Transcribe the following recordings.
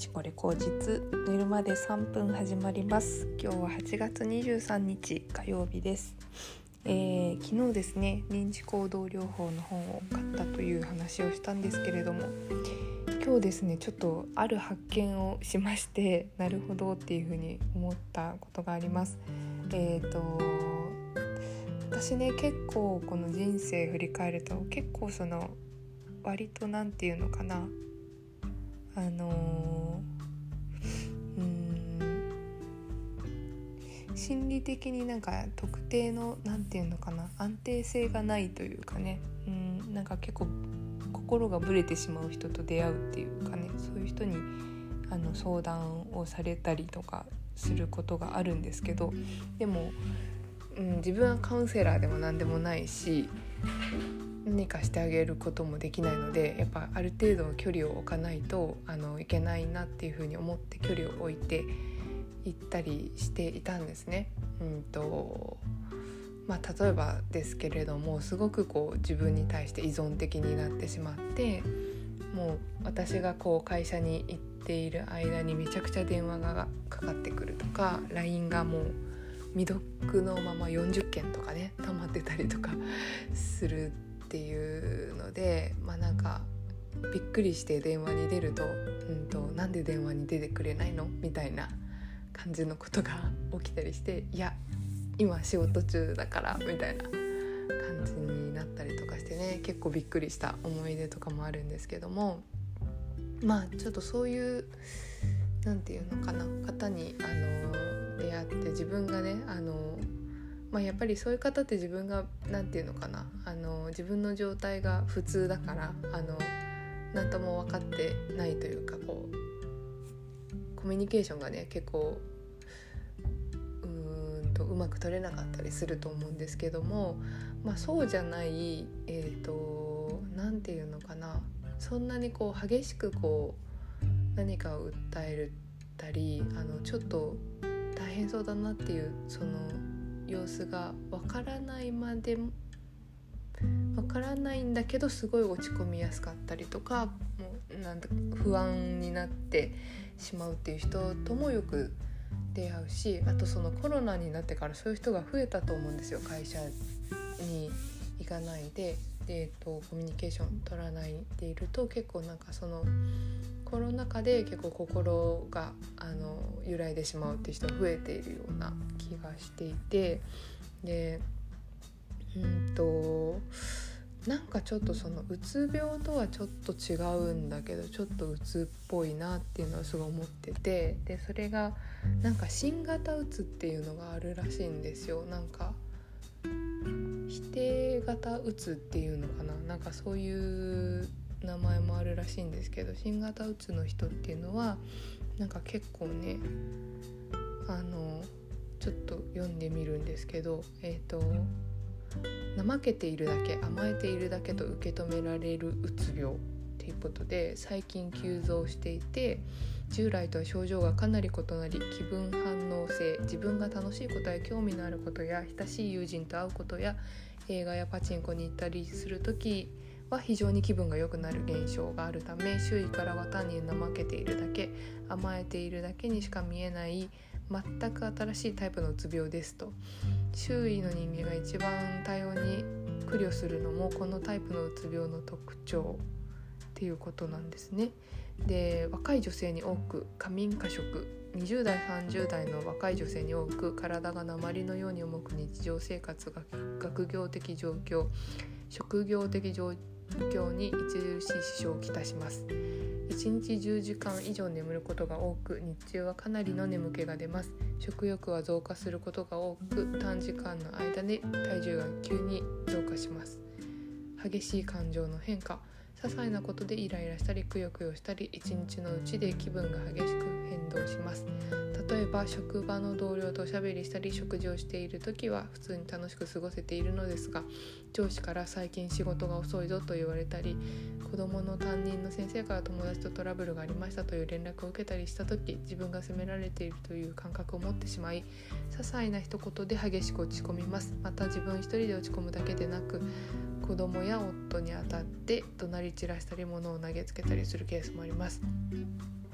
日これ口実、寝るまで3分始まります。今日は8月23日火曜日です。昨日ですね、認知行動療法の本を買ったという話をしたんですけれども、今日ですねちょっとある発見をしまして、なるほどっていうふうに思ったことがあります。私ね、結構この人生振り返ると結構割となんていうのかな、心理的になんか特定のなんていうのかな、安定性がないというかね、なんか結構心がぶれてしまう人と出会うっていうかね、そういう人に相談をされたりとかすることがあるんですけど、でも、自分はカウンセラーでも何でもないし、何かしてあげることもできないので、やっぱある程度の距離を置かないといけないなっていうふうに思って距離を置いていったりしていたんですね。例えばですけれども、すごく自分に対して依存的になってしまって、もう私が会社に行っている間にめちゃくちゃ電話がかかってくるとか、 LINE がもう未読のまま40件とかね溜まってたりとかするっていうので、なんかびっくりして電話に出ると、なんで電話に出てくれないのみたいな感じのことが起きたりして、いや今仕事中だからみたいな感じになったりとかしてね、結構びっくりした思い出とかもあるんですけども、ちょっとそういうなんていうのかな、方に出会って、自分がねやっぱりそういう方って自分がなんていうのかな、自分の状態が普通だからなんとも分かってないというか、コミュニケーションがね結構うまく取れなかったりすると思うんですけども、そうじゃないなんていうのかな、そんなに激しく何かを訴えたりちょっと大変そうだなっていうその様子がわからないまでわからないんだけど、すごい落ち込みやすかったりとか、もうなんだ不安になってしまうっていう人ともよく出会うし、あとコロナになってからそういう人が増えたと思うんですよ。会社に行かないで、コミュニケーション取らないでいると、結構なんかコロナ禍で結構心が揺らいでしまうっていう人が増えているような気がしていて、でなんかちょっとうつ病とはちょっと違うんだけど、ちょっとうつっぽいなっていうのはすごい思ってて、でそれがなんか新型うつっていうのがあるらしいんですよ。なんか否定型うつっていうのかな、なんかそういう名前もあるらしいんですけど、新型うつの人っていうのはなんか結構ねちょっと読んでみるんですけど、怠けているだけ、甘えているだけと受け止められるうつ病っていうことで最近急増していて、従来とは症状がかなり異なり、気分反応性、自分が楽しいことや興味のあることや親しい友人と会うことや映画やパチンコに行ったりするときは非常に気分が良くなる現象があるため、周囲からは単に怠けているだけ、甘えているだけにしか見えない全く新しいタイプのうつ病ですと。周囲の人間が一番対応に苦慮するのもこのタイプのうつ病の特徴っていうことなんですね。で、若い女性に多く過眠過食、20代30代の若い女性に多く体が鉛のように重く、日常生活が学業的状況、職業的状況に著しい支障をきたします。1日10時間以上眠ることが多く、日中はかなりの眠気が出ます。食欲は増加することが多く、短時間の間で体重が急に増加します。激しい感情の変化、些細なことでイライラしたりくよくよしたり、一日のうちで気分が激しく変動します。例えば職場の同僚とおしゃべりしたり食事をしているときは普通に楽しく過ごせているのですが、上司から最近仕事が遅いぞと言われたり、子供の担任の先生から友達とトラブルがありましたという連絡を受けたりしたとき、自分が責められているという感覚を持ってしまい、些細な一言で激しく落ち込みます。また自分一人で落ち込むだけでなく、子供や夫に当たって怒鳴り散らしたり物を投げつけたりするケースもあります。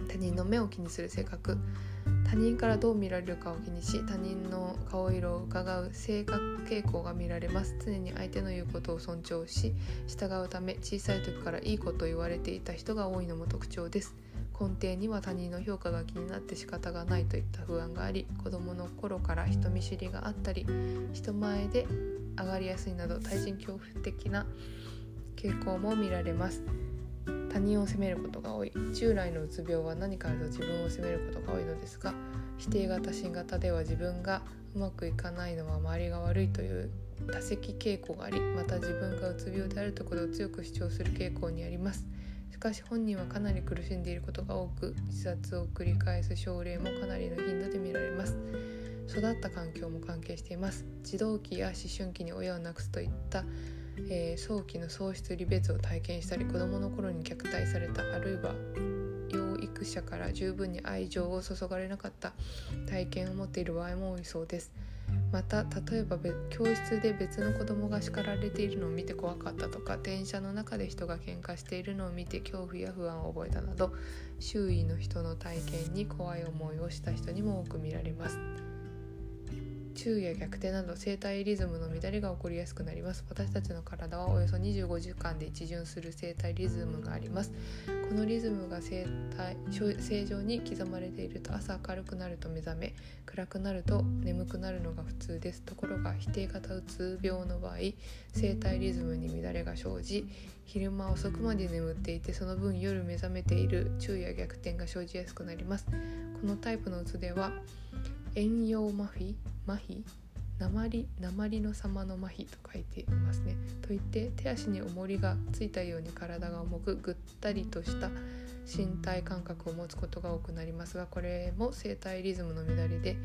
他人の目を気にする性格、他人からどう見られるかを気にし、他人の顔色を伺う性格傾向が見られます。常に相手の言うことを尊重し従うため、小さい時からいいことを言われていた人が多いのも特徴です。根底には他人の評価が気になって仕方がないといった不安があり、子供の頃から人見知りがあったり、人前で上がりやすいなど対人恐怖的な傾向も見られます。他人を責めることが多い。従来のうつ病は何かあると自分を責めることが多いのですが、否定型新型では自分がうまくいかないのは周りが悪いという多責傾向があり、また自分がうつ病であるということを強く主張する傾向にあります。しかし本人はかなり苦しんでいることが多く、自殺を繰り返す症例もかなりの頻度で見られます。育った環境も関係しています。児童期や思春期に親を亡くすといった早期の喪失離別を体験したり、子どもの頃に虐待された、あるいは養育者から十分に愛情を注がれなかった体験を持っている場合も多いそうです。また例えば教室で別の子どもが叱られているのを見て怖かったとか、電車の中で人が喧嘩しているのを見て恐怖や不安を覚えたなど、周囲の人の体験に怖い思いをした人にも多く見られます。昼夜逆転など生体リズムの乱れが起こりやすくなります。私たちの体はおよそ25時間で一巡する生体リズムがあります。このリズムが正常に刻まれていると、朝明るくなると目覚め、暗くなると眠くなるのが普通です。ところが否定型うつ病の場合、生体リズムに乱れが生じ、昼間遅くまで眠っていて、その分夜目覚めている昼夜逆転が生じやすくなります。このタイプのうつでは遠葉麻痺、鉛の様の麻痺と書いていますね。といって手足に重りがついたように体が重く、ぐったりとした身体感覚を持つことが多くなりますが、これも生体リズムの乱れで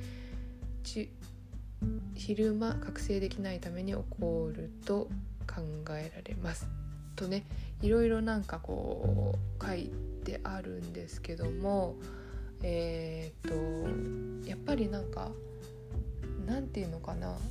昼間覚醒できないために起こると考えられますとね、いろいろなんかこう書いてあるんですけども、やっぱりなんかなんていうのかな、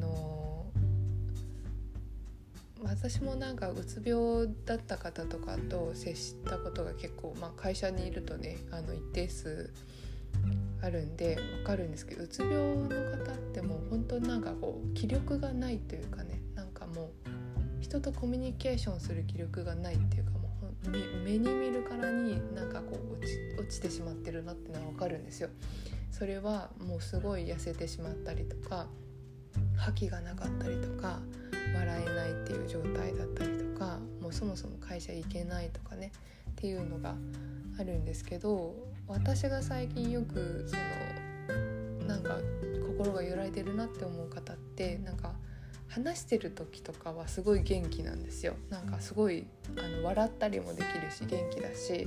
私もなんかうつ病だった方とかと接したことが結構、会社にいるとね一定数あるんで分かるんですけど、うつ病の方ってもう本当になんかこう気力がないというかね、なんかもう人とコミュニケーションする気力がないっていうか、もう目に見るからになんかこう落ちてしまってるなってのは分かるんですよ。それはもうすごい痩せてしまったりとか、覇気がなかったりとか、笑えないっていう状態だったりとか、もうそもそも会社行けないとかねっていうのがあるんですけど、私が最近よくなんか心が揺らいでるなって思う方って、なんか話してる時とかはすごい元気なんですよ。なんかすごい笑ったりもできるし元気だし、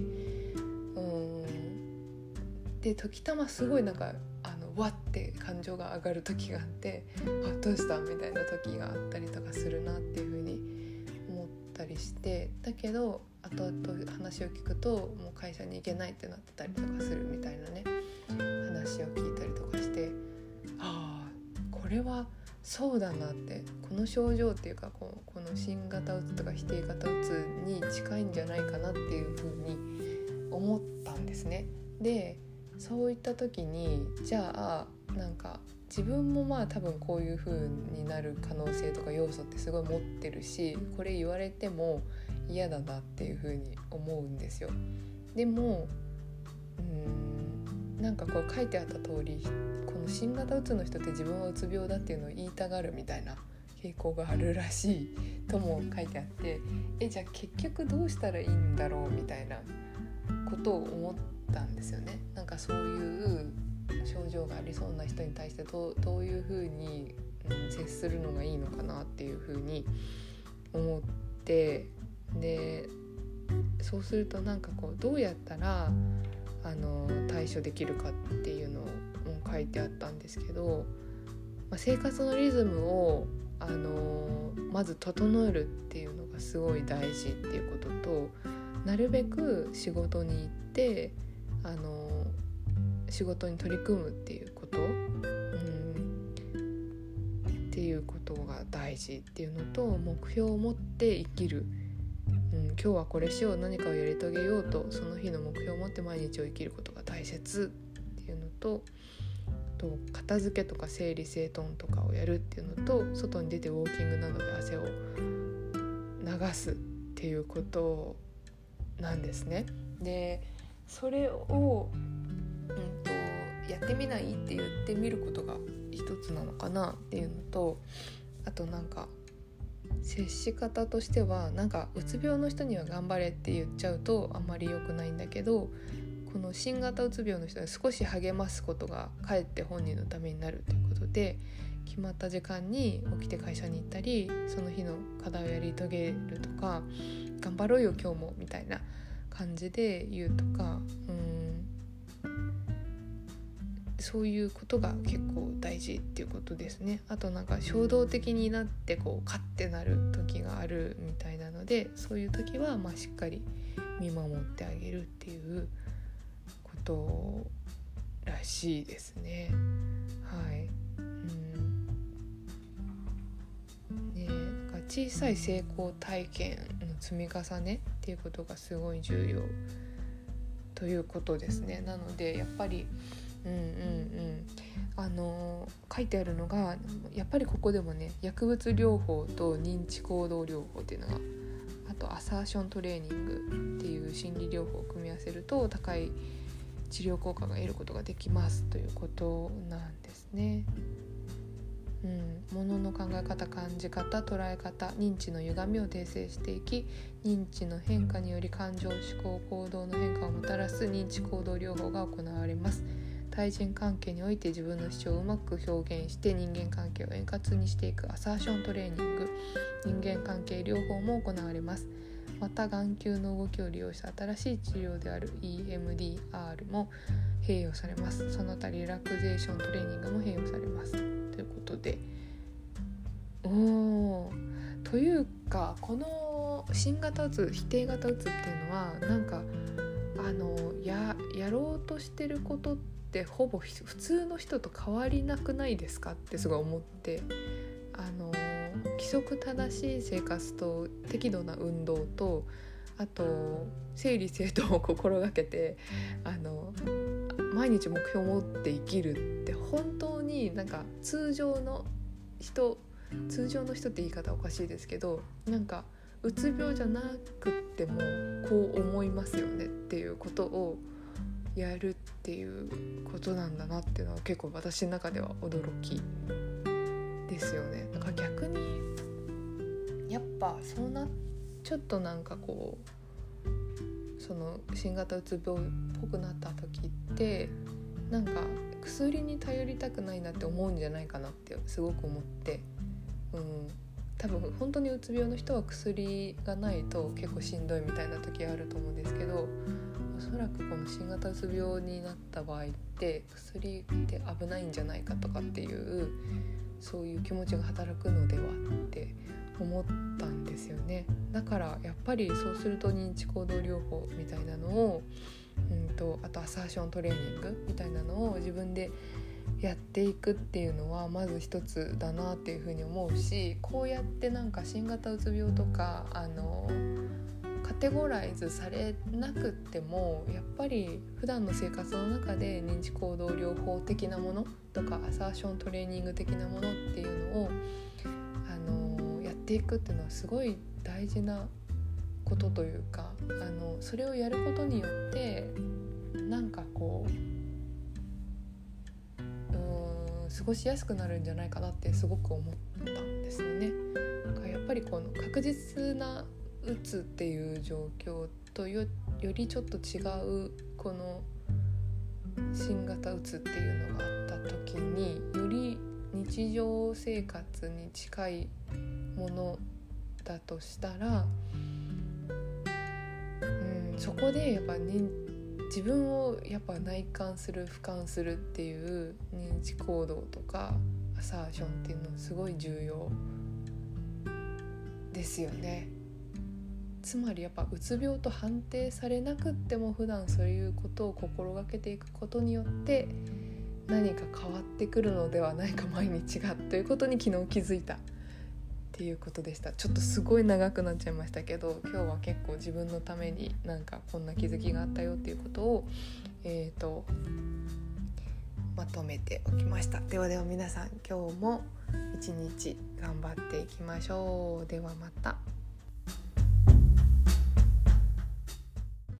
で時たますごいなんかわって感情が上がる時があって、どうしたみたいな時があったりとかするなっていう風に思ったりして、だけど後々話を聞くともう会社に行けないってなってたりとかするみたいなね話を聞いたりとかして、これはそうだなって、この症状っていうかこの新型うつとか否定型うつに近いんじゃないかなっていう風に思ったんですね。でそういった時にじゃあなんか自分も多分こういう風になる可能性とか要素ってすごい持ってるし、これ言われても嫌だなっていう風に思うんですよ。でもなんかこう書いてあった通り、この新型うつの人って自分はうつ病だっていうのを言いたがるみたいな傾向があるらしいとも書いてあって、じゃあ結局どうしたらいいんだろうみたいなことを思ったんですよね。なんかそういう症状がありそうな人に対してどういうふうに接するのがいいのかなっていうふうに思って、でそうするとなんかこうどうやったら対処できるかっていうのも書いてあったんですけど、生活のリズムをまず整えるっていうのがすごい大事っていうことと、なるべく仕事に行って仕事に取り組むっていうこと、っていうことが大事っていうのと、目標を持って生きる、 今日はこれしよう、何かをやり遂げようとその日の目標を持って毎日を生きることが大切っていうのと、片付けとか整理整頓とかをやるっていうのと、外に出てウォーキングなどで汗を流すっていうことなんですね。でそれを、やってみないって言ってみることが一つなのかなっていうのと、あと接し方としてはうつ病の人には頑張れって言っちゃうとあんまり良くないんだけど、この新型うつ病の人は少し励ますことがかえって本人のためになるということで、決まった時間に起きて会社に行ったり、その日の課題をやり遂げるとか、頑張ろうよ今日もみたいな感じで言うとか、そういうことが結構大事っていうことですね。あと衝動的になってカッてなる時があるみたいなので、そういう時はしっかり見守ってあげるっていうことらしいですね。はい。小さい成功体験の積み重ねっていうことがすごい重要ということですね。なのでやっぱり書いてあるのが、やっぱりここでもね、薬物療法と認知行動療法っていうのが、あとアサーショントレーニングっていう心理療法を組み合わせると高い治療効果が得ることができますということなんですね。物の考え方、感じ方、捉え方、認知の歪みを訂正していき、認知の変化により感情、思考、行動の変化をもたらす認知行動療法が行われます。対人関係において自分の主張をうまく表現して人間関係を円滑にしていくアサーショントレーニング、人間関係療法も行われます。また眼球の動きを利用した新しい治療である EMDR も併用されます。その他リラクゼーショントレーニングも併用されますということで、というか、この新型うつ、否定型うつっていうのはやろうとしてることってほぼ普通の人と変わりなくないですかってすごい思って、規則正しい生活と適度な運動と、あと整理整頓を心がけて毎日目標を持って生きるって本当に通常の人って言い方おかしいですけど、うつ病じゃなくってもこう思いますよねっていうことをやるっていうことなんだなっていうのは結構私の中では驚きですよね。逆にやっぱちょっとその新型うつ病っぽくなった時って薬に頼りたくないなって思うんじゃないかなってすごく思って、多分本当にうつ病の人は薬がないと結構しんどいみたいな時あると思うんですけど、おそらくこの新型うつ病になった場合って薬って危ないんじゃないかとかっていうそういう気持ちが働くのではって思ったんですよね。だからやっぱりそうすると認知行動療法みたいなのを、あとアサーショントレーニングみたいなのを自分でやっていくっていうのはまず一つだなっていうふうに思うし、こうやって新型うつ病とかカテゴライズされなくってもやっぱり普段の生活の中で認知行動療法的なものとかアサーショントレーニング的なものっていうのをやっていくっていうのはすごい大事なことというか、それをやることによって過ごしやすくなるんじゃないかなってすごく思ったんですよね。やっぱりこの確実なうつっていう状況と よりちょっと違うこの新型うつっていうのがあった時により日常生活に近いものだとしたら、そこでやっぱ自分をやっぱ内観する俯瞰するっていう認知行動とかアサーションっていうのすごい重要ですよね。つまりやっぱうつ病と判定されなくっても普段そういうことを心がけていくことによって何か変わってくるのではないか毎日がということに昨日気づいたっっていうことでした。ちょっとすごい長くなっちゃいましたけど、今日は結構自分のためになんかこんな気づきがあったよっていうことをまとめておきました。ではでは皆さん、今日も一日頑張っていきましょう。ではまた。